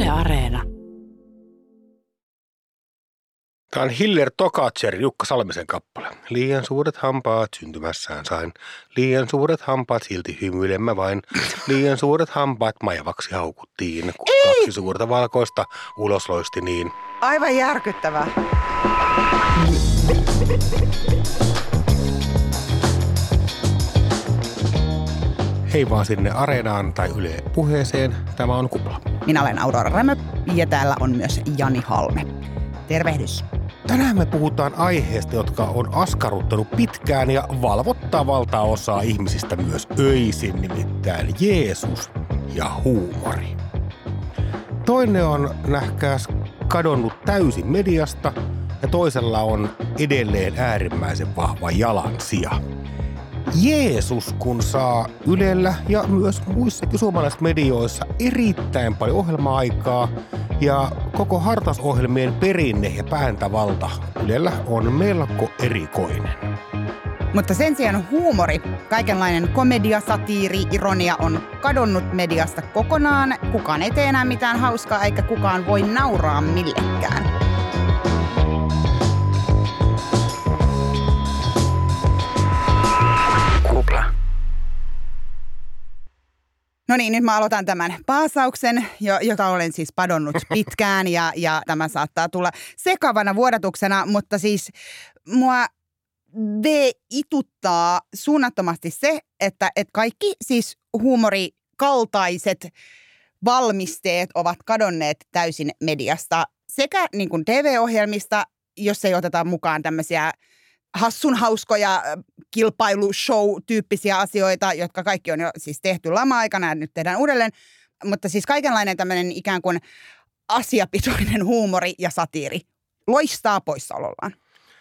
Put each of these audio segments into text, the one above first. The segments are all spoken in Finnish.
Yle Areena. Tämä on Hiller Tokacer, Jukka Salmisen kappale. Liian suuret hampaat syntymässään sain. Liian suuret hampaat silti hymyilemme vain. Liian suuret hampaat majavaksi haukuttiin. Kun kaksi suurta valkoista ulos loisti niin. Aivan järkyttävää. Hei vaan sinne Areenaan tai Yle Puheeseen. Tämä on Kupla. Minä olen Aurora Rämö ja täällä on myös Jani Halme. Tervehdys. Tänään me puhutaan aiheesta, jotka on askarruttanut pitkään ja valvottaa valtaosaa ihmisistä myös öisin, nimittäin Jeesus ja huumori. Toinen on nähkääs kadonnut täysin mediasta ja toisella on edelleen äärimmäisen vahva jalansija. Jeesus, kun saa Ylellä ja myös muissakin suomalaisissa medioissa erittäin paljon ohjelma-aikaa ja koko hartausohjelmien perinne ja pääntävalta Ylellä on melko erikoinen. Mutta sen sijaan huumori, kaikenlainen komedia, satiiri, ironia on kadonnut mediasta kokonaan. Kukaan ei tee enää mitään hauskaa eikä kukaan voi nauraa millekään. No niin, nyt mä aloitan tämän paasauksen, jota olen siis padonnut pitkään ja tämä saattaa tulla sekavana vuodatuksena, mutta siis mua ituttaa suunnattomasti se, että kaikki siis huumorikaltaiset valmisteet ovat kadonneet täysin mediasta sekä niin kuin TV-ohjelmista, jos ei oteta mukaan tämmöisiä hassun hauskoja kilpailushow-tyyppisiä asioita, jotka kaikki on jo siis tehty lama-aikana ja nyt tehdään uudelleen. Mutta siis kaikenlainen tämmöinen ikään kuin asiapitoinen huumori ja satiiri loistaa poissaolollaan.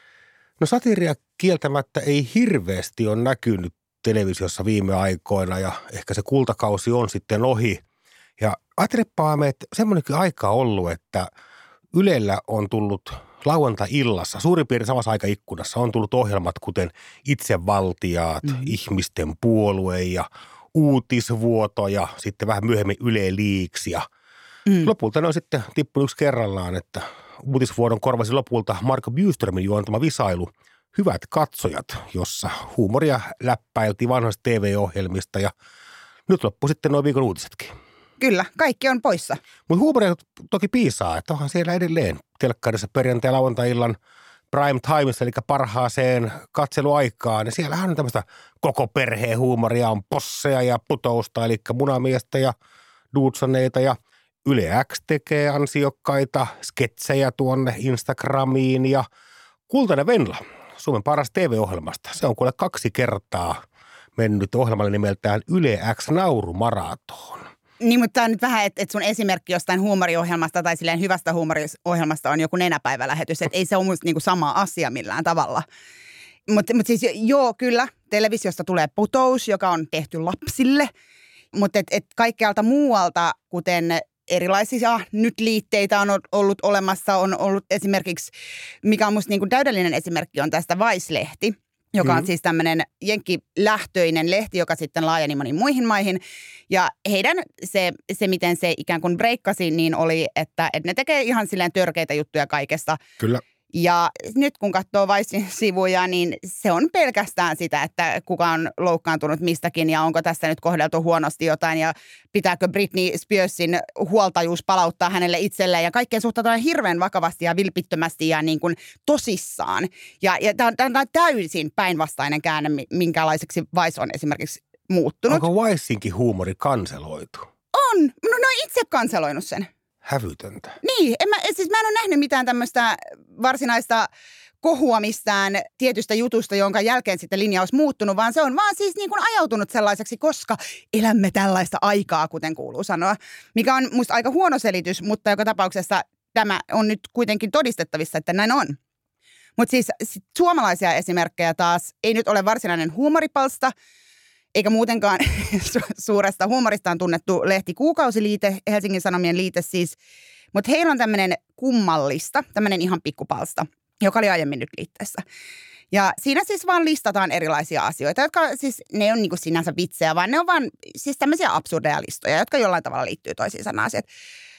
No satiiria kieltämättä ei hirveästi ole näkynyt televisiossa viime aikoina ja ehkä se kultakausi on sitten ohi. Ja ajattelepa me, että semmoinenkin aika on ollut, että Ylellä on tullut lauantai-illassa, suurin piirtein samassa aikaikkunassa on tullut ohjelmat kuten Itsevaltiaat, Ihmisten puolue ja Uutisvuoto ja sitten vähän myöhemmin Yle Leaks. Lopulta ne on sitten tippunut yksi kerrallaan, että Uutisvuodon korvasi lopulta Marko Bjurströmin juontama visailu Hyvät katsojat, jossa huumoria läppäiltiin vanhoista TV-ohjelmista ja nyt loppui sitten nuo viikon uutisetkin. Kyllä, kaikki on poissa. Mutta huumoria toki piisaa, että onhan siellä edelleen telkkarissa perjantai- ja lauantai-illan prime timeissa, eli parhaaseen katseluaikaan. Ja siellähän on tämmöistä koko perheen huumoria, on posseja ja putousta, eli munamiestä ja duudsoneita. Ja Yle X tekee ansiokkaita sketsejä tuonne Instagramiin. Ja Kultainen Venla, Suomen paras TV-ohjelmasta, se on kuule 2 kertaa mennyt ohjelmalle nimeltään Yle X Naurumaraton. Niin, mutta tämä on nyt vähän, että sun esimerkki jostain huumoriohjelmasta tai silleen hyvästä huumoriohjelmasta on joku nenäpäivälähetys, että ei se ole musta niinku sama asia millään tavalla. Mutta siis joo, kyllä, televisiosta tulee putous, joka on tehty lapsille, mutta kaikkealta muualta, kuten erilaisia nyt liitteitä on ollut olemassa, on ollut esimerkiksi, mikä on musta niinku täydellinen esimerkki on tästä Vice-lehti, joka on siis tämmöinen jenkkilähtöinen lehti, joka sitten laajeni moniin muihin maihin. Ja heidän se miten se ikään kuin breikkasi, niin oli, että ne tekee ihan silleen törkeitä juttuja kaikesta. Kyllä. Ja nyt kun katsoo Vicen sivuja, niin se on pelkästään sitä, että kuka on loukkaantunut mistäkin ja onko tässä nyt kohdeltu huonosti jotain ja pitääkö Britney Spearsin huoltajuus palauttaa hänelle itselleen. Ja kaikkeen suhtaudutaan hirveän vakavasti ja vilpittömästi ja niin kuin tosissaan. Ja tämä on täysin päinvastainen käänne, minkälaiseksi Vice on esimerkiksi muuttunut. Onko Vicenkin huumori kanseloitu? On. No ne on itse kanseloinut sen. Hävytöntä. Niin, mä en ole nähnyt mitään tämmöistä varsinaista kohua mistään tietystä jutusta, jonka jälkeen sitten linja olisi muuttunut, vaan se on vaan siis niin kuin ajautunut sellaiseksi, koska elämme tällaista aikaa, kuten kuuluu sanoa, mikä on musta aika huono selitys, mutta joka tapauksessa tämä on nyt kuitenkin todistettavissa, että näin on. Mutta siis suomalaisia esimerkkejä taas ei nyt ole varsinainen huumoripalsta, eikä muutenkaan suuresta huumorista on tunnettu lehti Kuukausiliite, Helsingin Sanomien liite siis. Mutta heillä on tämmöinen kummallista, tämmöinen ihan pikkupalsta, joka oli aiemmin nyt liitteessä. Ja siinä siis vaan listataan erilaisia asioita, jotka siis, ne ei ole niin kuin sinänsä vitsejä, vaan ne on vaan siis tämmöisiä absurdeja listoja, jotka jollain tavalla liittyy toisiinsa nämä asiat.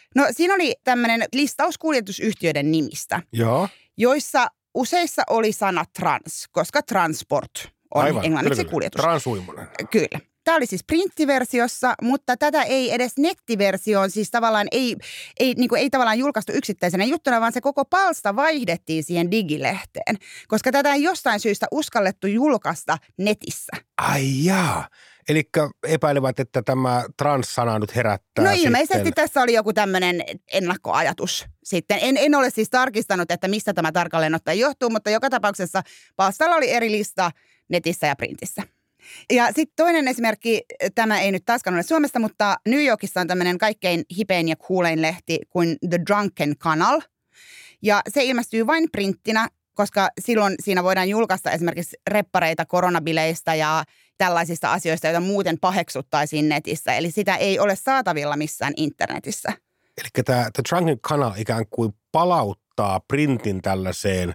No siinä oli tämmöinen listaus kuljetusyhtiöiden nimistä, Joo. joissa useissa oli sana trans, koska transport on Aivan, englanniksi kyllä. kuljetus. Transuimonen. Kyllä. Tämä oli siis printtiversiossa, mutta tätä ei edes nettiversioon, siis tavallaan ei tavallaan julkaistu yksittäisenä juttuna, vaan se koko palsta vaihdettiin siihen digilehteen, koska tätä ei jostain syystä uskallettu julkaista netissä. Ai jaa. Eli epäilevät, että tämä trans-sana nyt herättää No ilmeisesti sitten. tässä oli joku tämmöinen ennakkoajatus sitten. En ole siis tarkistanut, että mistä tämä tarkalleen ottaen johtuu, mutta joka tapauksessa palstalla oli eri lista netissä ja printissä. Ja sitten toinen esimerkki, tämä ei nyt taaskaan ole Suomesta, mutta New Yorkissa on tämmöinen kaikkein hipein ja kuulein lehti kuin The Drunken Canal. Ja se ilmestyy vain printtinä, koska silloin siinä voidaan julkaista esimerkiksi reppareita koronabileistä ja tällaisista asioista, joita muuten paheksuttaisiin netissä. Eli sitä ei ole saatavilla missään internetissä. Eli tämä The Drunken Canal ikään kuin palauttaa printin tällaiseen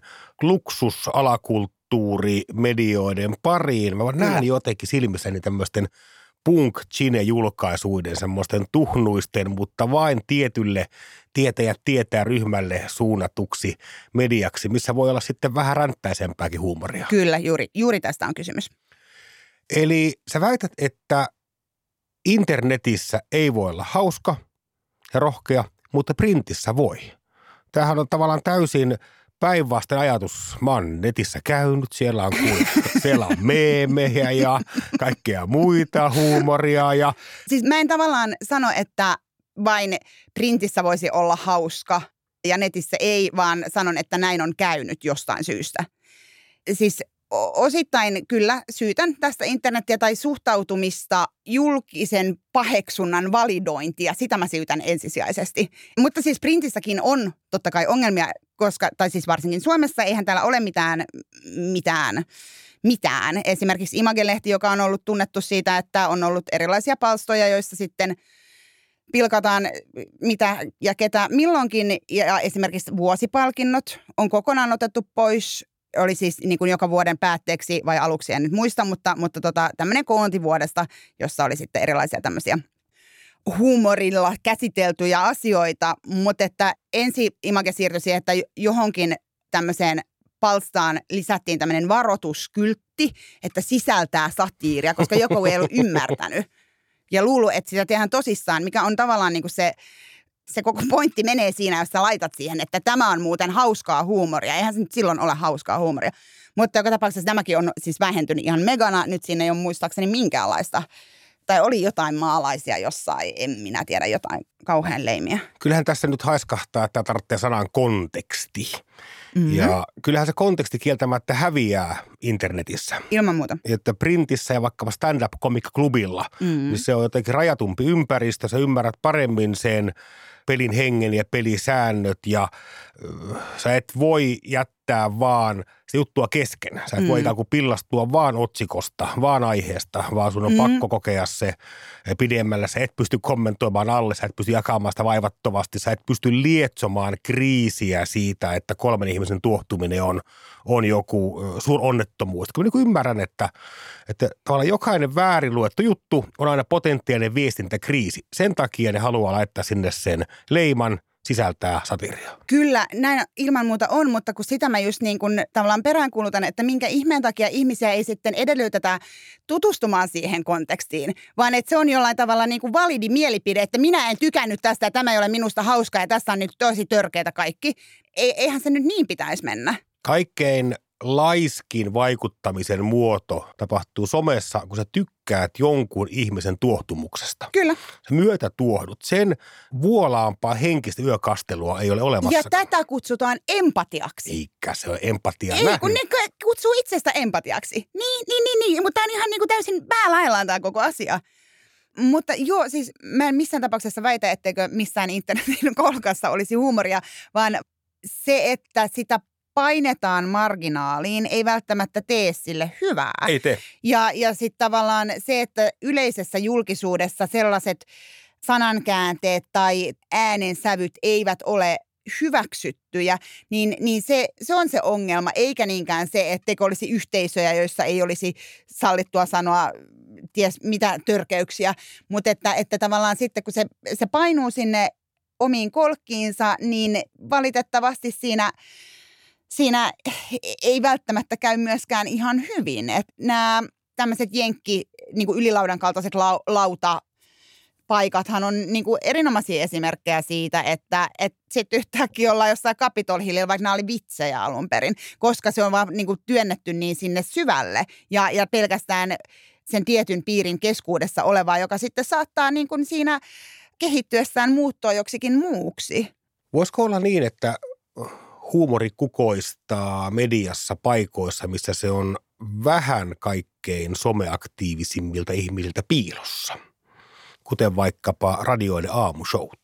luksusalakulttuurimedioiden pariin. Mä näen jotenkin silmissäni tämmöisten punk-chine-julkaisuiden, semmoisten tuhnuisten, mutta vain tietylle tietää ryhmälle suunnatuksi mediaksi, missä voi olla sitten vähän rämppäisempääkin huumoria. Kyllä, juuri tästä on kysymys. Eli sä väität, että internetissä ei voi olla hauska ja rohkea, mutta printissä voi. Tämähän on tavallaan täysin päinvastainen ajatus. Mä oon netissä käynyt, siellä on meemejä ja kaikkea muita huumoria. Ja Siis mä en tavallaan sano, että vain printissä voisi olla hauska ja netissä ei, vaan sanon, että näin on käynyt jostain syystä. Siis osittain kyllä syytän tästä internetiä tai suhtautumista julkisen paheksunnan validointia. Sitä mä syytän ensisijaisesti. Mutta siis printissäkin on totta kai ongelmia, tai siis varsinkin Suomessa eihän täällä ole mitään. Esimerkiksi Image-lehti, joka on ollut tunnettu siitä, että on ollut erilaisia palstoja, joissa sitten pilkataan mitä ja ketä milloinkin. Ja esimerkiksi vuosipalkinnot on kokonaan otettu pois. Oli siis niin kuin joka vuoden päätteeksi vai aluksi, en nyt muista, mutta tämmöinen koonti vuodesta, jossa oli sitten erilaisia tämmöisiä huumorilla käsiteltyjä asioita, mutta että ensin Image siirtyi siihen, että johonkin tämmöiseen palstaan lisättiin tämmöinen varoituskyltti, että sisältää satiiria, koska joku ei ollut ymmärtänyt ja luullut, että sitä tehdään tosissaan, mikä on tavallaan niin kuin se koko pointti menee siinä, jos sä laitat siihen, että tämä on muuten hauskaa huumoria. Eihän se nyt silloin ole hauskaa huumoria. Mutta joka tapauksessa tämäkin on siis vähentynyt ihan megana. Nyt siinä ei ole muistaakseni minkäänlaista. Tai oli jotain maalaisia jossain, en minä tiedä, jotain kauhean leimiä. kyllähän tässä nyt haiskahtaa, että tarvitsee sanan konteksti. Mm-hmm. Ja kyllähän se konteksti kieltämättä häviää internetissä. Ilman muuta. Että printissä ja vaikkapa stand-up-comic-klubilla, niin se on jotenkin rajatumpi ympäristö. Sä ymmärrät paremmin sen pelin hengen ja pelisäännöt ja sä et voi jättää vaan se juttua kesken. Sä et voi ikään kuin pillastua vaan otsikosta, vaan aiheesta, vaan sun on pakko kokea se pidemmällä. Sä et pysty kommentoimaan alle, sä et pysty jakamaan sitä vaivattomasti, sä et pysty lietsomaan kriisiä siitä, että 3 ihmisen tuohtuminen on joku suuronnettomuus. Kyllä niin ymmärrän, että tavallaan jokainen väärin luettu juttu on aina potentiaalinen viestintäkriisi. Sen takia ne haluaa laittaa sinne sen leiman, sisältää satiiria. Kyllä, näin ilman muuta on, mutta kun sitä mä just niin kuin tavallaan peräänkuulutan, että minkä ihmeen takia ihmisiä ei sitten edellytetä tutustumaan siihen kontekstiin, vaan että se on jollain tavalla niin kuin validi mielipide, että minä en tykännyt tästä ja tämä ei ole minusta hauskaa ja tässä on nyt tosi törkeitä kaikki. Eihän se nyt niin pitäisi mennä. Kaikkein laiskin vaikuttamisen muoto tapahtuu somessa, kun sä tykkäät jonkun ihmisen tuohtumuksesta. Kyllä. Sä myötätuohdut. Sen vuolaampaa henkistä yökastelua ei ole olemassa. Ja tätä kutsutaan empatiaksi. Eikä se ole empatia. Ei, kun ne kutsuu itsestä empatiaksi. Niin, mutta tämä on ihan niin kuin täysin päälaillaan tämä koko asia. Mutta joo, siis mä en missään tapauksessa väitä, etteikö missään internetin kolkassa olisi huumoria, vaan se, että sitä painetaan marginaaliin, ei välttämättä tee sille hyvää. Ei tee. Ja sitten tavallaan se, että yleisessä julkisuudessa sellaiset sanankäänteet tai äänensävyt eivät ole hyväksyttyjä, niin se on se ongelma, eikä niinkään se, etteikö olisi yhteisöjä, joissa ei olisi sallittua sanoa ties mitä törkeyksiä, mutta että tavallaan sitten kun se painuu sinne omiin kolkkiinsa, niin valitettavasti siinä ei välttämättä käy myöskään ihan hyvin. Että nämä tämmöiset niin kuin ylilaudan kaltaiset lautapaikathan on niin kuin erinomaisia esimerkkejä siitä, että sitten yhtäkkiä ollaan jossain Capitol Hillillä, vaikka nämä oli vitsejä alun perin, koska se on vaan niin kuin työnnetty niin sinne syvälle ja pelkästään sen tietyn piirin keskuudessa olevaa, joka sitten saattaa niin kuin siinä kehittyessään muuttua joksikin muuksi. Voisiko olla niin, että huumori kukoistaa mediassa paikoissa, missä se on vähän kaikkein someaktiivisimmilta ihmisiltä piilossa, kuten vaikkapa radioiden aamushowt?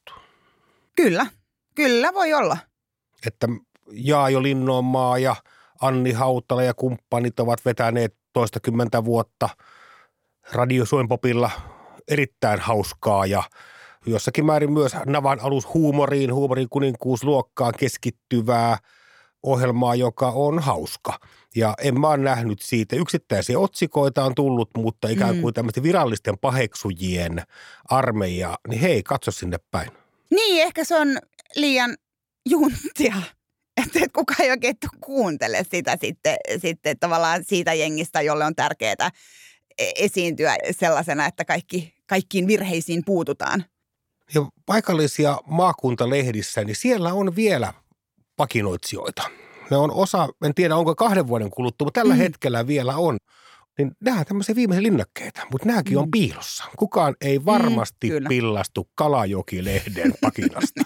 Kyllä voi olla. Että Jaajo Linnonmaa ja Anni Hautala ja kumppanit ovat vetäneet toistakymmentä vuotta Radio Suomen-popilla erittäin hauskaa ja jossakin määrin myös navan alushuumoriin, huumorin kuninkuusluokkaan keskittyvää ohjelmaa, joka on hauska. Ja en mä ole nähnyt siitä. Yksittäisiä otsikoita on tullut, mutta ikään kuin tämmöisten virallisten paheksujien armeija, niin hei, katso sinne päin. Niin, ehkä se on liian junttia, että kukaan ei oikein kuuntele sitä sitten tavallaan siitä jengistä, jolle on tärkeää esiintyä sellaisena, että kaikkiin virheisiin puututaan. Ja paikallisia maakuntalehdissä, niin siellä on vielä pakinoitsijoita. Ne on osa, en tiedä onko 2 vuoden kuluttua, mutta tällä hetkellä vielä on. Niin nämä on tämmöisiä viimeisiä linnakkeita, mutta nämäkin on piilossa. Kukaan ei varmasti pillastu Kalajoki-lehden pakinasta.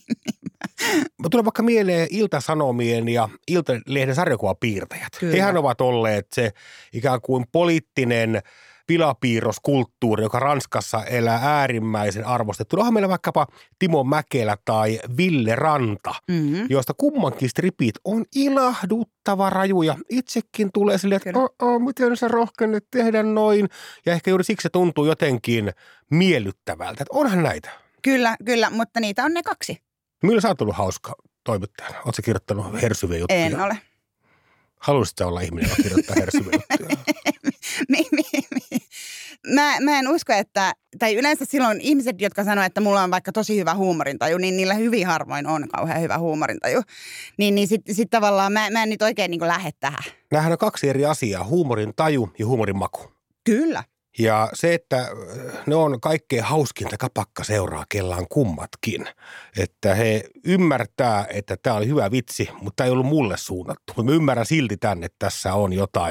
Mä tulee vaikka mieleen Ilta-Sanomien ja Ilta-lehden sarjakuvapiirtäjät. Hehän ovat olleet se ikään kuin poliittinen pilapiirroskulttuuri, joka Ranskassa elää äärimmäisen arvostettu. Onhan meillä vaikkapa Timo Mäkelä tai Ville Ranta, joista kummankin stripit on ilahduttava rajuja. Itsekin tulee silleen, että miten sä rohkennet tehdä noin? Ja ehkä juuri siksi se tuntuu jotenkin miellyttävältä. Että onhan näitä. Kyllä, mutta niitä on ne 2. Millä sä oot ollut hauska toimittajana? Ootko sä kirjoittanut hersyviä juttuja? En ole. Haluaisitko olla ihminen, joka kirjoittaa hersyviä juttuja? Mä en usko, tai yleensä silloin ihmiset, jotka sanoo, että mulla on vaikka tosi hyvä huumorintaju, niin niillä hyvin harvoin on kauhean hyvä huumorintaju. Niin sit tavallaan mä en nyt oikein niin kuin lähde tähän. Nämähän on 2 eri asiaa, huumorintaju ja huumorinmaku. Kyllä. Ja se, että ne on kaikkein hauskinta kapakkaseuraa kellaan kummatkin. Että he ymmärtää, että tämä oli hyvä vitsi, mutta tämä ei ollut mulle suunnattu. Mutta mä ymmärrän silti tämän, että tässä on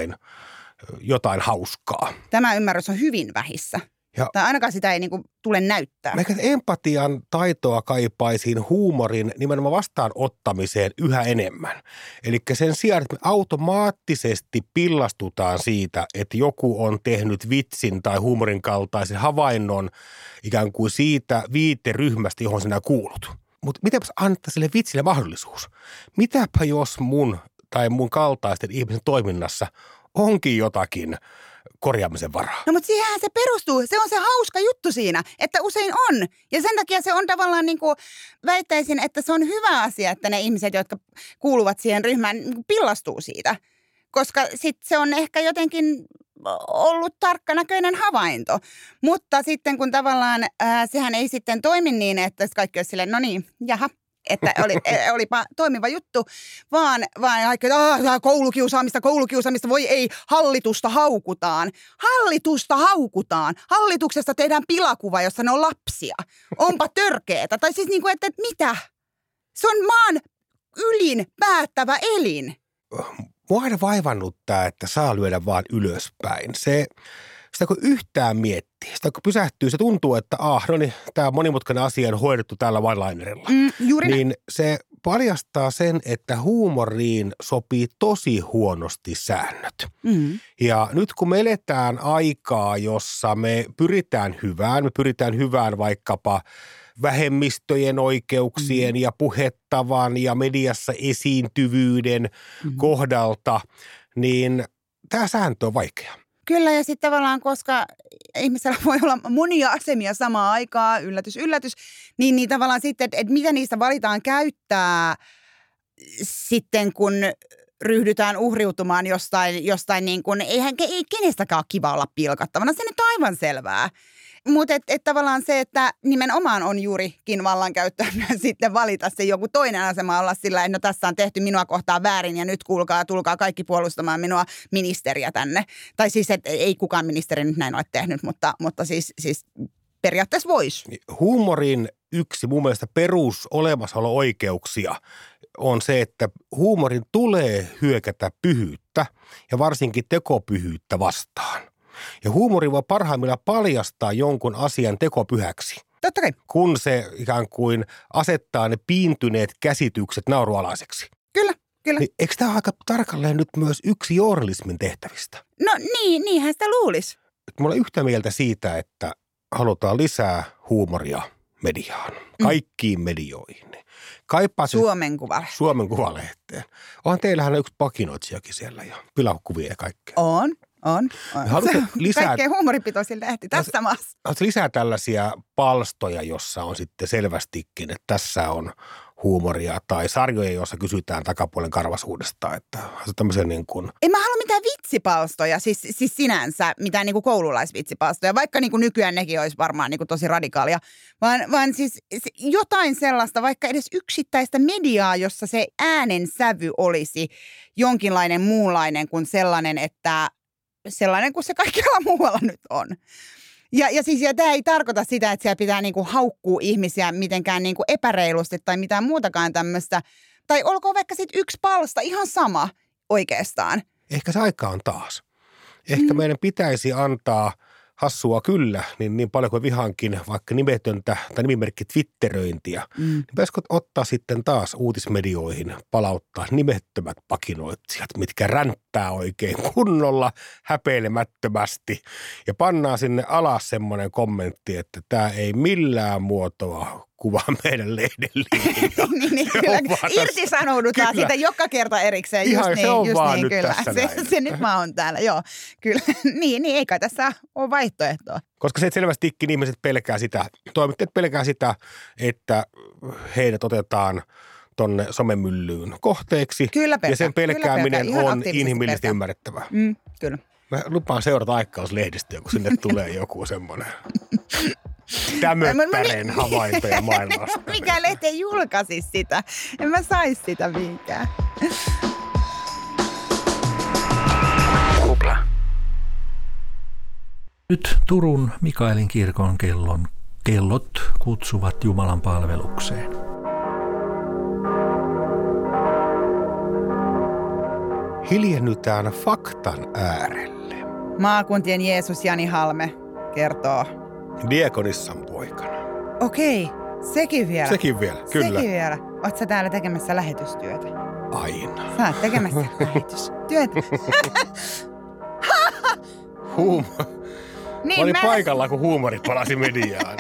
jotain hauskaa. Tämä ymmärrys on hyvin vähissä. Tai ainakaan sitä ei niinku tule näyttää. Mä ehkä empatian taitoa kaipaisiin huumorin nimenomaan vastaanottamiseen yhä enemmän. Eli sen sijaan, että me automaattisesti pillastutaan siitä, että joku on tehnyt vitsin tai huumorin kaltaisen havainnon ikään kuin siitä viiteryhmästä, johon sinä kuulut. Mutta mitäpäs antaa sille vitsille mahdollisuus? Mitäpä jos mun tai mun kaltaisten ihmisen toiminnassa onkin jotakin korjaamisen varaa. No mutta siihenhän se perustuu. Se on se hauska juttu siinä, että usein on. Ja sen takia se on tavallaan niin kuin väittäisin, että se on hyvä asia, että ne ihmiset, jotka kuuluvat siihen ryhmään, pillastuu siitä. Koska sitten se on ehkä jotenkin ollut tarkkanäköinen havainto. Mutta sitten kun tavallaan sehän ei sitten toimi niin, että kaikki olisi silleen, no niin, jaha. Että olipa toimiva juttu, vaan että koulukiusaamista, voi ei, hallitusta haukutaan. Hallituksesta tehdään pilakuva, jossa ne on lapsia. Onpa törkeetä. Tai siis niin kuin, että mitä? Se on maan ylin päättävä elin. Mua on aina vaivannut tämä, että saa lyödä vaan ylöspäin. Sitä kun yhtään miettii, sitä kun pysähtyy, se tuntuu, että no niin, tämä monimutkainen asia on hoidettu tällä one-linerilla. Niin se paljastaa sen, että huumoriin sopii tosi huonosti säännöt. Ja nyt kun me eletään aikaa, jossa me pyritään hyvään vaikkapa vähemmistöjen oikeuksien ja puhettavan ja mediassa esiintyvyyden kohdalta, niin tämä sääntö on vaikea. Kyllä, ja sitten tavallaan, koska ihmisellä voi olla monia asemia samaan aikaan, yllätys, niin tavallaan sitten, että mitä niistä valitaan käyttää sitten, kun ryhdytään uhriutumaan jostain niin kuin, ei kenestäkään ole kiva olla pilkattavana. Se nyt on aivan selvää. Mutta tavallaan se, että nimenomaan on juurikin vallankäyttöä myös sitten valita se joku toinen asema olla sillä, että no tässä on tehty minua kohtaan väärin ja nyt kuulkaa, tulkaa kaikki puolustamaan minua ministeriä tänne. Tai siis, että ei kukaan ministeri nyt näin ole tehnyt, mutta siis periaatteessa voisi. Huumorin yksi mun mielestä perusolemassaolo-oikeuksia on se, että huumorin tulee hyökätä pyhyyttä ja varsinkin tekopyhyyttä vastaan. Ja huumori voi parhaimmillaan paljastaa jonkun asian tekopyhäksi. Totta kai. Kun se ikään kuin asettaa ne piintyneet käsitykset naurualaiseksi. Kyllä. Niin, eikö tämä ole aika tarkalleen nyt myös yksi journalismin tehtävistä? No niinhän sitä luulisi. Mä olen yhtä mieltä siitä, että halutaan lisää huumoria mediaan. Kaikkiin medioihin. Suomen Kuvalehteen. Onhan teillähän yksi pakinoitsijakin siellä ja pilakuvia ja kaikkea. On. Lisää, kaikkein huumoripitoisin lehti tässä maassa. Haluatko lisää tällaisia palstoja, jossa on sitten selvästikin, että tässä on huumoria tai sarjoja, joissa kysytään takapuolen karvasuudesta, että se tämmöisen niin kuin... En mä halua mitään vitsipalstoja, siis sinänsä mitään niin kuin koululaisvitsipalstoja, vaikka niin kuin nykyään nekin olisi varmaan niin kuin tosi radikaalia, vaan siis jotain sellaista, vaikka edes yksittäistä mediaa, jossa se äänen sävy olisi jonkinlainen muunlainen kuin sellainen, että sellainen kuin se kaikkialla muualla nyt on. Ja tämä ei tarkoita sitä, että siellä pitää niinku haukkua ihmisiä mitenkään niinku epäreilusti tai mitään muutakaan tämmöistä. Tai olkoon vaikka sitten yksi palsta, ihan sama oikeastaan. Ehkä se aika on taas. Ehkä meidän pitäisi antaa hassua kyllä, niin paljon kuin vihankin vaikka nimetöntä tai nimimerkki twitteröintiä. Niin pitäisikö ottaa sitten taas uutismedioihin, palauttaa nimettömät pakinoitsijat, mitkä ränttää oikein kunnolla häpeilemättömästi. Ja pannaan sinne alas semmoinen kommentti, että tämä ei millään muotoa kuvaa meidän lehden linjaa. niin, kyllä. Irtisanoudutaan siitä joka kerta erikseen. Ihan just se on just vaan niin, nyt kyllä. tässä Se nyt mä oon täällä, joo. Kyllä. niin, eikä tässä ole vaihtoehtoa. Koska se, että selvästikin ihmiset pelkää sitä, toimittajat pelkää sitä, että heidät otetaan tonne somemyllyyn kohteeksi. Kyllä pelkää. Ja sen pelkääminen Ihan on inhimillisesti ymmärrettävää. Kyllä. Mä lupaan seurata Aikkauslehdistöä, kun sinne tulee joku semmoinen tämöttären havaintoja maailmasta. Mikä lehti ei julkaisi sitä. En mä saisi sitä mihinkään. Nyt Turun Mikaelin kirkon kellot kutsuvat Jumalan palvelukseen. Hiljennytään faktan äärelle. Maakuntien Jeesus Jani Halme kertoo. Diakonissan poikana. Okei, sekin vielä. Sekin vielä, kyllä. Sekin vielä. Oot sä täällä tekemässä lähetystyötä? Aina. Sä oot tekemässä lähetystyötä. Niin, mä olin paikalla, kun huumorit palasi mediaan.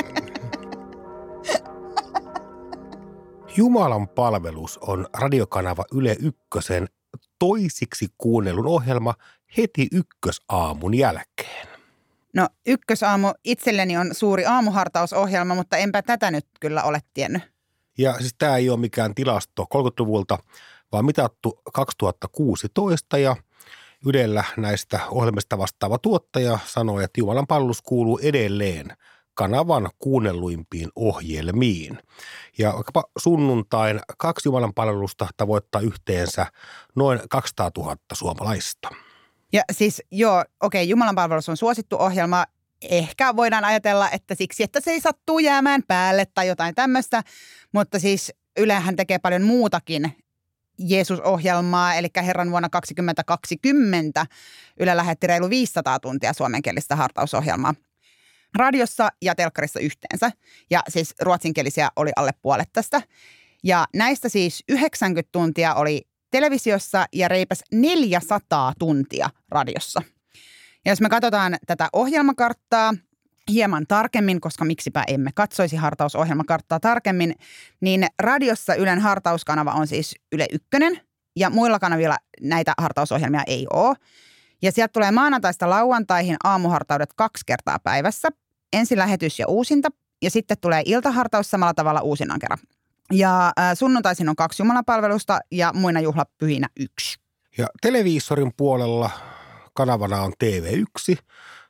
Jumalan palvelus on radiokanava Yle Ykkösen toisiksi kuunnellun ohjelma heti ykkösaamun jälkeen. No ykkösaamu itselleni on suuri aamuhartausohjelma, mutta enpä tätä nyt kyllä ole tiennyt. Ja siis tämä ei ole mikään tilasto 30-luvulta, vaan mitattu 2016 ja Ylellä näistä ohjelmista vastaava tuottaja sanoi, että Jumalan palvelus kuuluu edelleen kanavan kuunnelluimpiin ohjelmiin. Ja vaikkapa sunnuntain 2 Jumalan palvelusta tavoittaa yhteensä noin 200 000 suomalaista. Ja siis Jumalan palvelus on suosittu ohjelma. Ehkä voidaan ajatella, että siksi, että se ei sattuu jäämään päälle tai jotain tämmöistä, mutta siis Ylehän tekee paljon muutakin Jeesus-ohjelmaa, eli Herran vuonna 2020 Yle lähetti reilu 500 tuntia suomenkielistä hartausohjelmaa radiossa ja telkkarissa yhteensä. Ja siis ruotsinkielisiä oli alle puolet tästä. Ja näistä siis 90 tuntia oli televisiossa ja reipäs 400 tuntia radiossa. Ja jos me katsotaan tätä ohjelmakarttaa hieman tarkemmin, koska miksipä emme katsoisi hartausohjelmakarttaa tarkemmin, niin radiossa Ylen hartauskanava on siis Yle Ykkönen ja muilla kanavilla näitä hartausohjelmia ei ole. Ja sieltä tulee maanantaista lauantaihin aamuhartaudet 2 kertaa päivässä, ensilähetys ja uusinta ja sitten tulee iltahartaus samalla tavalla uusinnan kerran. Ja sunnuntaisin on 2 jumalapalvelusta ja muina juhlapyhinä 1. Ja televiisorin puolella kanavana on TV1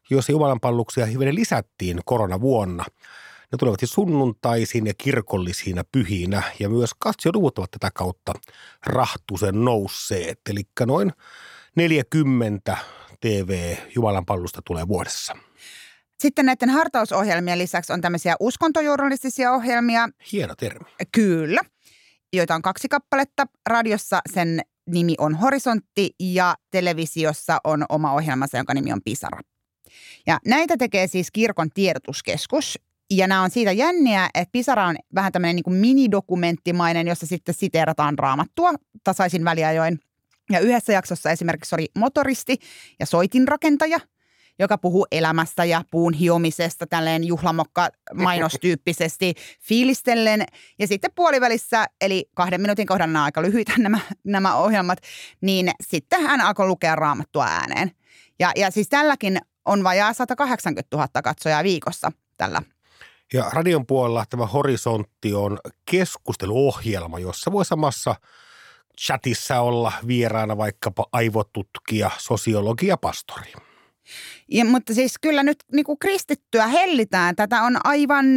joissa jumalanpalveluksia hivenen lisättiin koronavuonna. Ne tulevat siis sunnuntaisin ja kirkollisina pyhinä ja myös katsojaluvut ovat tätä kautta rahtusen nousseet. Eli noin 40 TV-jumalanpalvelusta tulee vuodessa. Sitten näiden hartausohjelmien lisäksi on tämmöisiä uskontojournalistisia ohjelmia. Hieno termi. Kyllä, joita on 2 kappaletta. Radiossa sen nimi on Horisontti ja televisiossa on oma ohjelmansa, jonka nimi on Pisara. Ja näitä tekee siis kirkon tiedotuskeskus. Ja nämä on siitä jänniä, että Pisara on vähän tämmöinen niin kuin minidokumenttimainen, jossa sitten siteerataan Raamattua tasaisin väliajoin. Ja yhdessä jaksossa esimerkiksi oli motoristi ja soitinrakentaja, joka puhuu elämästä ja puun hiomisesta tälleen juhlamokka-mainostyyppisesti fiilistellen. Ja sitten puolivälissä, eli 2 minuutin kohdalla nämä aika lyhyitä nämä ohjelmat, niin sitten hän alkoi lukea Raamattua ääneen. Ja siis tälläkin on vajaa 180 000 katsojaa viikossa tällä. Ja radion puolella tämä Horisontti on keskusteluohjelma, jossa voi samassa chatissa olla vieraana vaikkapa aivotutkija, sosiologi ja pastori. Ja, mutta siis kyllä nyt niin kuin kristittyä hellitään. Tätä on aivan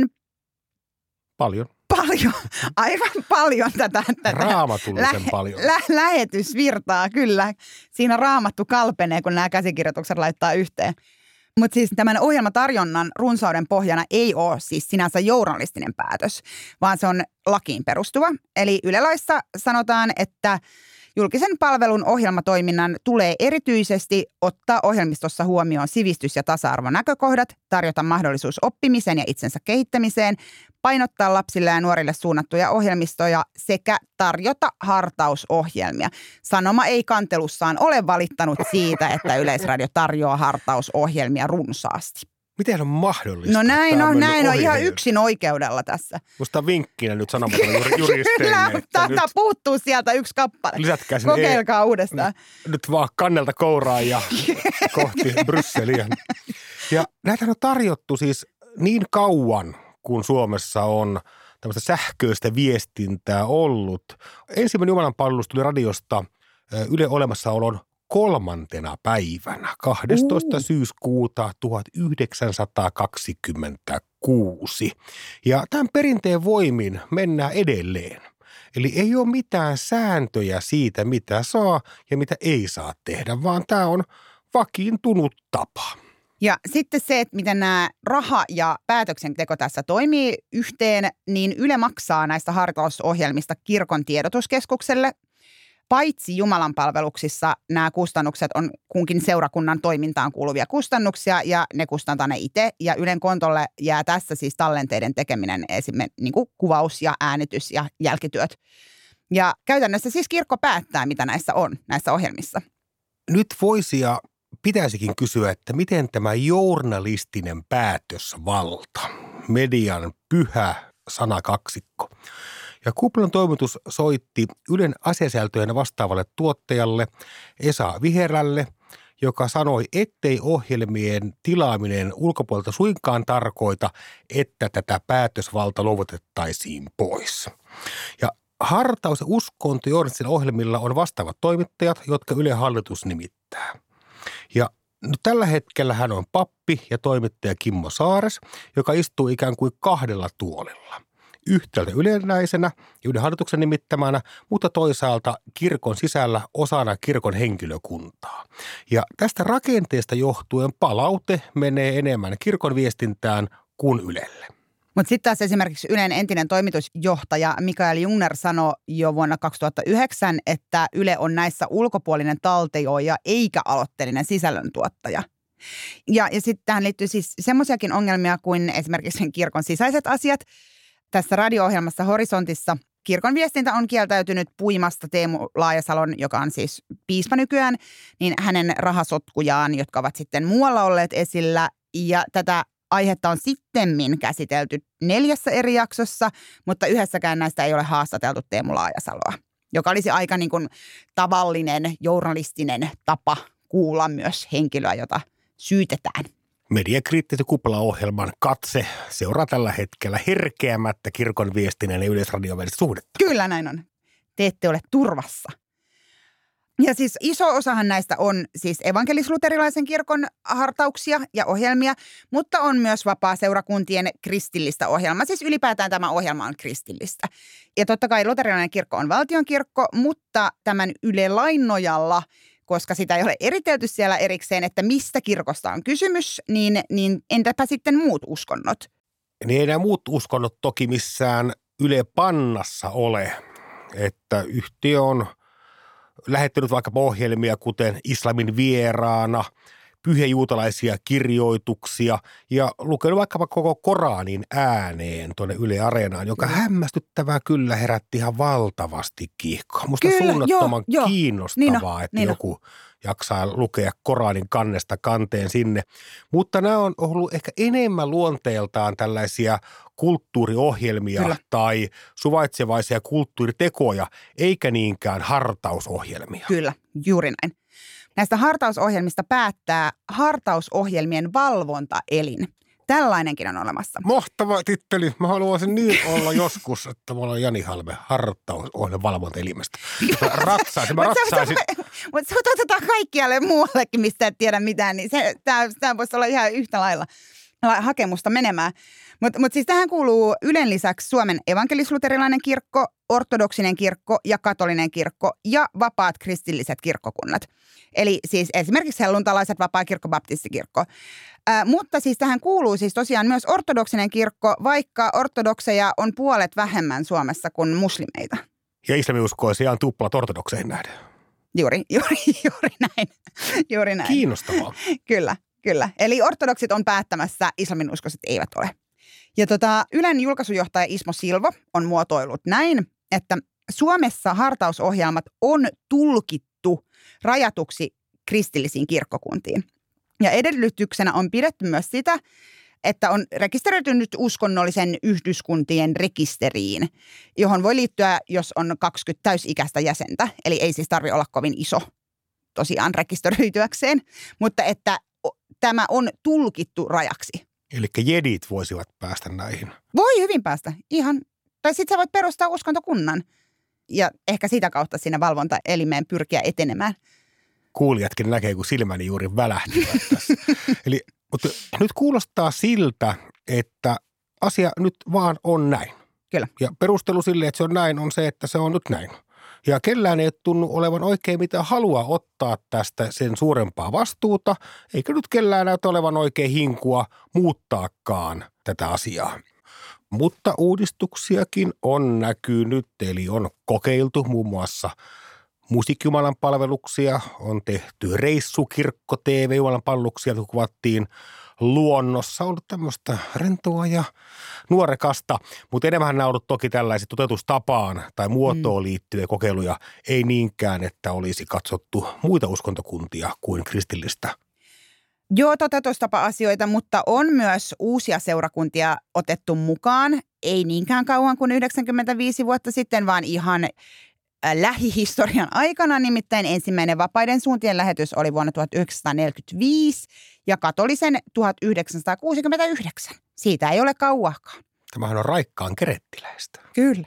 aivan paljon tätä raamatullisen paljon. Lähetysvirtaa, kyllä. Siinä Raamattu kalpenee, kun nämä käsikirjoitukset laittaa yhteen. Mutta siis tämän ohjelmatarjonnan runsauden pohjana ei ole siis sinänsä journalistinen päätös, vaan se on lakiin perustuva. Eli Yle-laissa sanotaan, että julkisen palvelun ohjelmatoiminnan tulee erityisesti ottaa ohjelmistossa huomioon sivistys- ja tasa-arvonäkökohdat, tarjota mahdollisuus oppimiseen ja itsensä kehittämiseen, painottaa lapsille ja nuorille suunnattuja ohjelmistoja sekä tarjota hartausohjelmia. Sanoma ei kantelussaan ole valittanut siitä, että Yleisradio tarjoaa hartausohjelmia runsaasti. Miten on mahdollista? No näin on ihan yksin oikeudella tässä. Musta vinkkinä nyt sanomaton juristeille. Kyllä, puuttuu sieltä 1 kappale. Lisätkää sinne. Kokeilkaa uudestaan. Nyt vaan kannelta kouraan ja kohti Brysseliä. Ja näitä on tarjottu siis niin kauan, kun Suomessa on tämmöistä sähköistä viestintää ollut. Ensimmäinen jumalanpalvelus tuli radiosta Yle olemassaolon 3. päivänä, 12. syyskuuta 1926. Ja tämän perinteen voimin mennään edelleen. Eli ei ole mitään sääntöjä siitä, mitä saa ja mitä ei saa tehdä, vaan tämä on vakiintunut tapa. Ja sitten se, että miten nämä raha ja päätöksenteko tässä toimii yhteen, niin Yle maksaa näistä hartausohjelmista kirkon tiedotuskeskukselle. Paitsi jumalanpalveluksissa nämä kustannukset on kunkin seurakunnan toimintaan kuuluvia kustannuksia ja ne kustantaa ne itse. Ja Ylen kontolle jää tässä siis tallenteiden tekeminen, esimerkiksi niin kuin kuvaus ja äänitys ja jälkityöt. Ja käytännössä siis kirkko päättää, mitä näissä on, näissä ohjelmissa. Nyt voisi ja pitäisikin kysyä, että miten tämä journalistinen päätösvalta, median pyhä sanakaksikko. Ja Kuplan toimitus soitti Ylen asiasisältöjen vastaavalle tuottajalle Esa Viherälle, joka sanoi, ettei ohjelmien tilaaminen ulkopuolelta suinkaan tarkoita, että tätä päätösvalta luovutettaisiin pois. Ja hartaus- ja uskonto journalistisilla ohjelmilla on vastaavat toimittajat, jotka Ylen hallitus nimittää. Ja nyt tällä hetkellä hän on pappi ja toimittaja Kimmo Saares, joka istuu ikään kuin 2 tuolilla. Yhtäältä yleläisenä ja Ylen hallituksen nimittämänä, mutta toisaalta kirkon sisällä osana kirkon henkilökuntaa. Ja tästä rakenteesta johtuen palaute menee enemmän kirkon viestintään kuin Ylelle. Mutta sitten taas esimerkiksi Ylen entinen toimitusjohtaja Mikael Jungner sanoi jo vuonna 2009, että Yle on näissä ulkopuolinen taltioija eikä aloitteellinen sisällöntuottaja. Ja sitten tähän liittyy siis semmoisiakin ongelmia kuin esimerkiksi kirkon sisäiset asiat. Tässä radio-ohjelmassa Horisontissa kirkon viestintä on kieltäytynyt puimasta Teemu Laajasalon, joka on siis piispa nykyään, niin hänen rahasotkujaan, jotka ovat sitten muualla olleet esillä. Ja tätä aihetta on sittemmin käsitelty 4 eri jaksossa, mutta yhdessäkään näistä ei ole haastateltu Teemu Laajasaloa, joka olisi aika niin kuin tavallinen journalistinen tapa kuulla myös henkilöä, jota syytetään. Mediakriittisen Kupla-ohjelman katse seuraa tällä hetkellä herkeämättä kirkon viestinnän ja Yleisradion välistä suhdetta. Kyllä näin on. Te ette ole turvassa. Ja siis iso osahan näistä on siis evankelis-luterilaisen kirkon hartauksia ja ohjelmia, mutta on myös vapaa-seurakuntien kristillistä ohjelmaa. Siis ylipäätään tämä ohjelma on kristillistä. Ja totta kai luterilainen kirkko on valtionkirkko, mutta tämän Yle-lain nojalla, koska sitä ei ole eritelty siellä erikseen, että mistä kirkosta on kysymys, niin entäpä sitten muut uskonnot? Niin ei nämä muut uskonnot toki missään Yle Pannassa ole, että yhtiö on lähettänyt vaikka ohjelmia, kuten Islamin vieraana, pyhäjuutalaisia kirjoituksia ja lukenut vaikkapa koko Koranin ääneen tuonne Yle Areenaan, joka hämmästyttävää kyllä herätti ihan valtavasti kiihkoa. Musta Kyllä, suunnattoman joo. kiinnostavaa, että joku jaksaa lukea Koranin kannesta kanteen sinne. Mutta nämä on ollut ehkä enemmän luonteeltaan tällaisia kulttuuriohjelmia Kyllä. tai suvaitsevaisia kulttuuritekoja, eikä niinkään hartausohjelmia. Kyllä, juuri näin. Näistä hartausohjelmista päättää hartausohjelmien valvontaelin. Tällainenkin on olemassa. Mahtava titteli. Mä haluaisin niin olla joskus, että mä olen Jani Halme hartausohjelman valvontaelimestä. Mä ratsaisin. Mutta se otetaan kaikkialle muuallekin, mistä et tiedä mitään, niin tämä voisi olla ihan yhtä lailla hakemusta menemään. Mutta siis tähän kuuluu Ylen lisäksi Suomen evankelis-luterilainen kirkko, ortodoksinen kirkko ja katolinen kirkko ja vapaat kristilliset kirkkokunnat. Eli siis esimerkiksi helluntalaiset, vapaa-kirkko, baptistikirkko. Mutta siis tähän kuuluu siis tosiaan myös ortodoksinen kirkko, vaikka ortodokseja on puolet vähemmän Suomessa kuin muslimeita. Ja islamiuskoisia on tuplat ortodokseihin nähden. Juuri näin. Kiinnostavaa. Kyllä. Eli ortodoksit on päättämässä, islaminuskoiset eivät ole. Ja Ylen julkaisujohtaja Ismo Silvo on muotoillut näin, että Suomessa hartausohjelmat on tulkittu rajatuksi kristillisiin kirkkokuntiin. Ja edellytyksenä on pidetty myös sitä, että on rekisteröitynyt uskonnollisen yhdyskuntien rekisteriin, johon voi liittyä, jos on 20 täysikäistä jäsentä. Eli ei siis tarvitse olla kovin iso tosiaan rekisteröityäkseen, mutta että tämä on tulkittu rajaksi. Eli jedit voisivat päästä näihin. Voi hyvin päästä. Ihan. Tai sitten sä voit perustaa uskontokunnan ja ehkä sitä kautta sinne valvontaelimeen pyrkiä etenemään. Kuulijatkin näkee, kun silmäni juuri välähtivät tässä. Mutta nyt kuulostaa siltä, että asia nyt vaan on näin. Kyllä. Ja perustelu sille, että se on näin, on se, että se on nyt näin. Ja kellään ei tunnu olevan oikein mitään halua ottaa tästä sen suurempaa vastuuta, eikä nyt kellään näytä olevan oikein hinkua muuttaakaan tätä asiaa. Mutta uudistuksiakin on näkynyt, eli on kokeiltu muun muassa musiikkijumalan palveluksia, on tehty reissukirkko TV-jumalan palveluksia, jotka kuvattiin luonnossa. On ollut tämmöistä rentoa ja nuorekasta, mutta enemmän nämä on ollut toki tällaiset toteutustapaan tai muotoon liittyviä kokeiluja, ei niinkään, että olisi katsottu muita uskontokuntia kuin kristillistä. Joo, toteutustapa-asioita, mutta on myös uusia seurakuntia otettu mukaan. Ei niinkään kauan kuin 95 vuotta sitten, vaan ihan lähihistorian aikana. Nimittäin ensimmäinen vapaiden suuntien lähetys oli vuonna 1945 ja katolisen 1969. Siitä ei ole kauahkaan. Tämähän on Raikkaan kerettiläistä. Kyllä.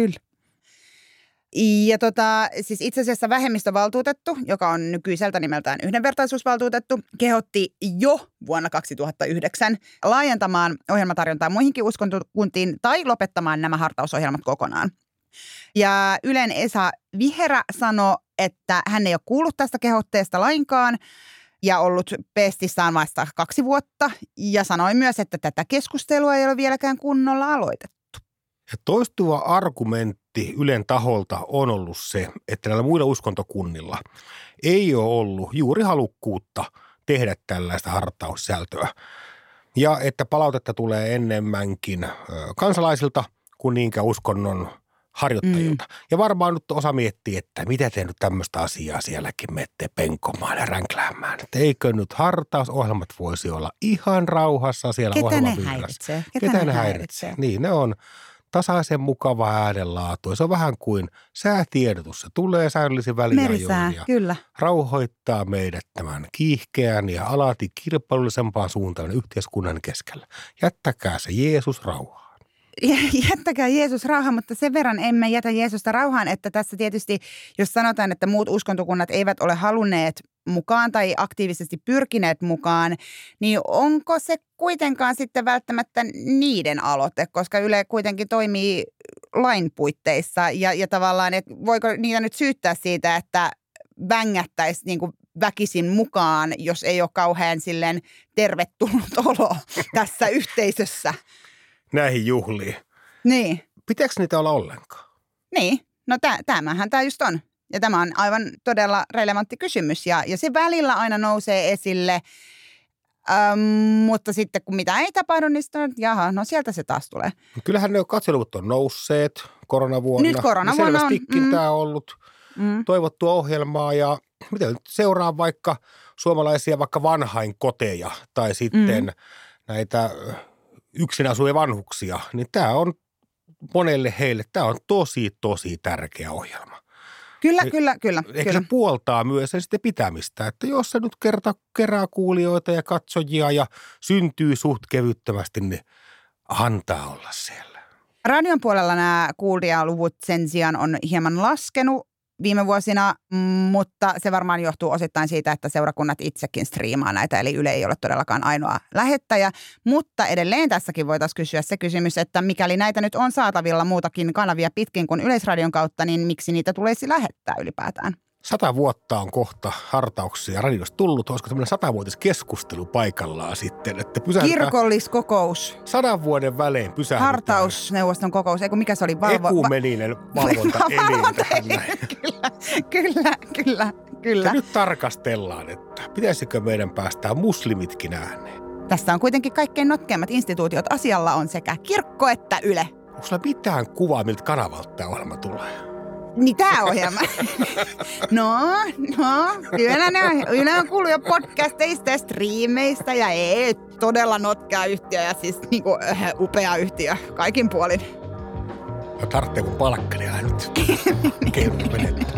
Ja siis itse asiassa vähemmistövaltuutettu, joka on nykyiseltä nimeltään yhdenvertaisuusvaltuutettu, kehotti jo vuonna 2009 laajentamaan ohjelmatarjontaa muihinkin uskontokuntiin tai lopettamaan nämä hartausohjelmat kokonaan. Ja Ylen Esa Viherä sanoi, että hän ei ole kuullut tästä kehotteesta lainkaan ja ollut pestissään vasta 2 vuotta ja sanoi myös, että tätä keskustelua ei ole vieläkään kunnolla aloitettu. Ja toistuva argumentti Ylen taholta on ollut se, että näillä muilla uskontokunnilla ei ole ollut juuri halukkuutta tehdä tällaista hartaussisältöä. Ja että palautetta tulee enemmänkin kansalaisilta kuin niinkään uskonnon harjoittajilta. Ja varmaan nyt osa miettii, että mitä te nyt tämmöistä asiaa sielläkin menette penkomaan ja ränkläämään. Että eikö nyt hartausohjelmat voisi olla ihan rauhassa siellä ohjelmavyydessä. Ketä ne häiritsee? Niin, ne on tasaisen mukava äänenlaatu. Se on vähän kuin säätiedotus. Se tulee säännöllisin väliajoin ja kyllä. Rauhoittaa meidät tämän kiihkeän ja alati kilpailullisempaan suuntaan yhteiskunnan keskellä. Jättäkää se Jeesus rauhaan. jättäkää Jeesus rauhaan, mutta sen verran emme jätä Jeesusta rauhaan, että tässä tietysti, jos sanotaan, että muut uskontokunnat eivät ole halunneet mukaan tai aktiivisesti pyrkineet mukaan, niin onko se kuitenkaan sitten välttämättä niiden aloite, koska Yle kuitenkin toimii lain puitteissa ja tavallaan, että voiko niitä nyt syyttää siitä, että vängättäisi niin kuin väkisin mukaan, jos ei ole kauhean silleen tervetullut olo tässä yhteisössä. Näihin juhliin. Niin. Pitääkö niitä olla ollenkaan? Niin. No tämähän tämä just on. Ja tämä on aivan todella relevantti kysymys. Ja se välillä aina nousee esille, mutta sitten kun mitä ei tapahdu, niin sitten jaha, no sieltä se taas tulee. Kyllähän ne katseluvut on nousseet koronavuonna. Nyt koronavuonna on. Selvästikin tämä on ollut toivottua ohjelmaa ja mitä nyt seuraa vaikka suomalaisia vaikka vanhainkoteja tai sitten näitä yksin asuvia vanhuksia, niin tämä on monelle heille, tämä on tosi tärkeä ohjelma. Kyllä. Ehkä se puoltaa myös sen sitten pitämistä, että jos se nyt kerää kuulijoita ja katsojia ja syntyy suht kevyttömästi, niin antaa olla siellä. Radion puolella nämä kuulijaluvut sen sijaan on hieman laskenut viime vuosina, mutta se varmaan johtuu osittain siitä, että seurakunnat itsekin striimaa näitä, eli Yle ei ole todellakaan ainoa lähettäjä. Mutta edelleen tässäkin voitaisiin kysyä se kysymys, että mikäli näitä nyt on saatavilla muutakin kanavia pitkin kuin Yleisradion kautta, niin miksi niitä tulisi lähettää ylipäätään? 100 vuotta on kohta hartauksia radiosta tullut. Olisiko tämmöinen 100-vuotiskeskustelu paikallaan sitten? Että kirkolliskokous. 100 vuoden välein pysähdytään. Hartausneuvoston kokous. Eiku, mikä se oli? Ekumeninen valvontaelin. Kyllä. Ja nyt tarkastellaan, että pitäisikö meidän päästää muslimitkin ääneen. Tässä on kuitenkin kaikkein notkeimmat instituutiot. Asialla on sekä kirkko että Yle. Onko sulla mitään kuvaa, miltä kanavalta tämä ohjelma tulee? Niin tää ohjelma. No, Yle on kuullut jo podcasteista ja striimeistä ja ei todella notkea yhtiö ja siis niinku upea yhtiö kaikin puolin. No tarvitsee kun palkkani ja nyt keilun menetty.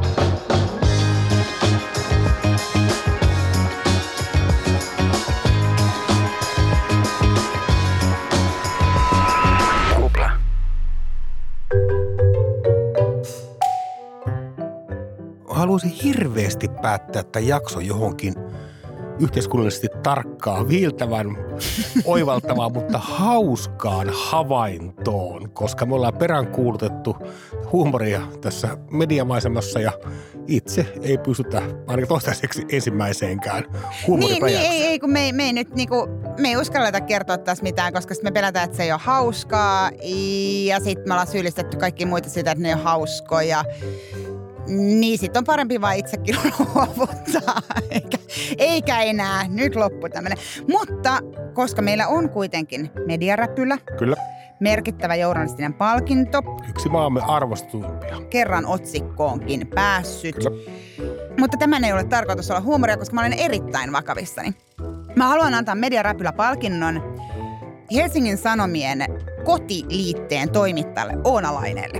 Haluaisin hirveästi päättää tämän jakson johonkin yhteiskunnallisesti tarkkaan, viiltävän, oivaltavaan, mutta hauskaan havaintoon, koska me ollaan peräänkuulutettu huumoria tässä mediamaisemassa ja itse ei pystytä ainakin toistaiseksi ensimmäiseenkään huumoripäjäksi. Niin, kun me ei nyt niinku, me ei uskalleta kertoa tässä mitään, koska me pelätään, että se ei ole hauskaa ja sitten me ollaan syyllistetty kaikki muita sitä, että ne ei ole hauskoja. Niin sit on parempi vaan itsekin luovuttaa, eikä enää. Nyt loppu tämmönen. Mutta koska meillä on kuitenkin mediaräpylä, kyllä, merkittävä journalistinen palkinto, yksi maamme arvostetuimpia, kerran otsikkoonkin päässyt. Kyllä. Mutta tämän ei ole tarkoitus olla huumoria, koska mä olen erittäin vakavissani. Mä haluan antaa mediaräpylä-palkinnon Helsingin Sanomien kotiliitteen toimittajalle Oona Laineelle.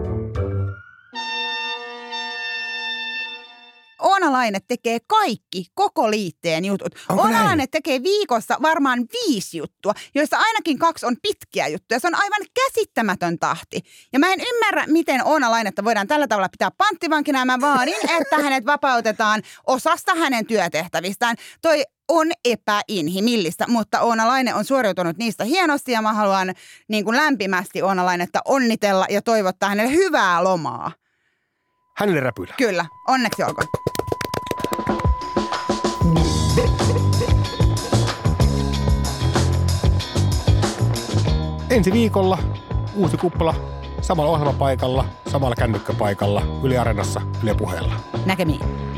Oona Laine tekee koko liitteen jutut. Oona Laine tekee viikossa varmaan 5 juttua, joista ainakin 2 on pitkiä juttuja. Se on aivan käsittämätön tahti. Ja mä en ymmärrä, miten Oona Lainetta voidaan tällä tavalla pitää panttivankina. Ja mä vaadin, että hänet vapautetaan osasta hänen työtehtävistään. Toi on epäinhimillistä, mutta Oona Laine on suoriutunut niistä hienosti ja mä haluan niin kuin lämpimästi Oona Lainetta onnitella ja toivottaa hänelle hyvää lomaa. Hänelle räpylä. Kyllä, onneksi olkoon. Ensi viikolla uusi kuppala, samalla ohjelmapaikalla, samalla kännykkäpaikalla, Yle Areenassa, Yle Puheella. Näkemiin.